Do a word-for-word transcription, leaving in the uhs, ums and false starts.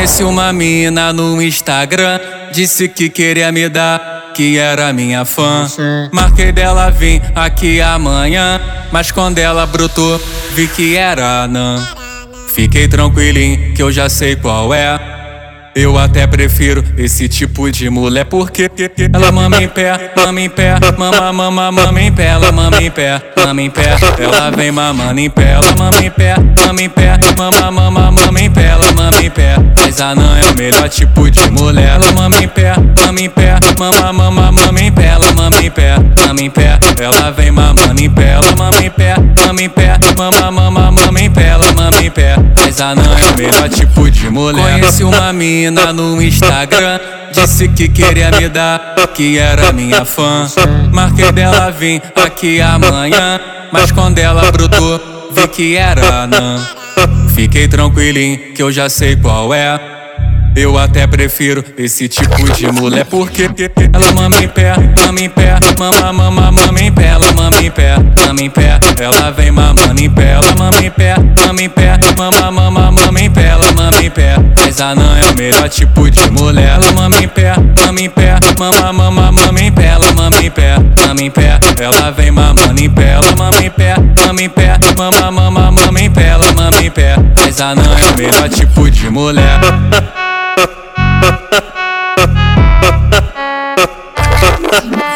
Conheci uma mina no Instagram, disse que queria me dar, que era minha fã. Marquei dela vir aqui amanhã, mas quando ela brotou, vi que era anã. Fiquei tranquilinho, que eu já sei qual é. Eu até prefiro esse tipo de mulher, porque ela mama em pé, mama em pé, mama, mama, mama em pé, ela mama em pé, mama em pé, ela vem mamando em pé, ela mama em pé, mama em pé, mama, mama, mama em pé, ela mama em pé. Mas anã é o melhor tipo de mulher, ela mama em pé, mama em pé, mama, mama, mama em pé, ela mama em pé, mama em pé, ela vem mamando em pé, ela mama em pé, mama em pé, mama, mama, mama em pé, ela mama em pé. Mas anã é o melhor tipo de mulher. Conheci uma mina no Instagram, disse que queria me dar, que era minha fã. Marquei dela vir aqui amanhã, mas quando ela brotou, vi que era anã. Fiquei tranquilinho, que eu já sei qual é. Eu até prefiro esse tipo de mulher, porque ela mama em pé, mama em pé, mama, mama, mama em pé, ela mama em pé, mama em pé, ela vem mamando em pé, ela mama em pé, mama em pé, mama, mama, mama em pé, ela mama em pé. Mas anã é o melhor tipo de mulher, ela mama em pé, mama em pé, mama, mama, mama em pé, ela mama em pé, mama em pé, ela vem mamando em pé, ela mama em pé, mama em pé, mama, mama, mama em pé, ela mama em pé. Mas anã é o melhor tipo de mulher. Ha ha ha.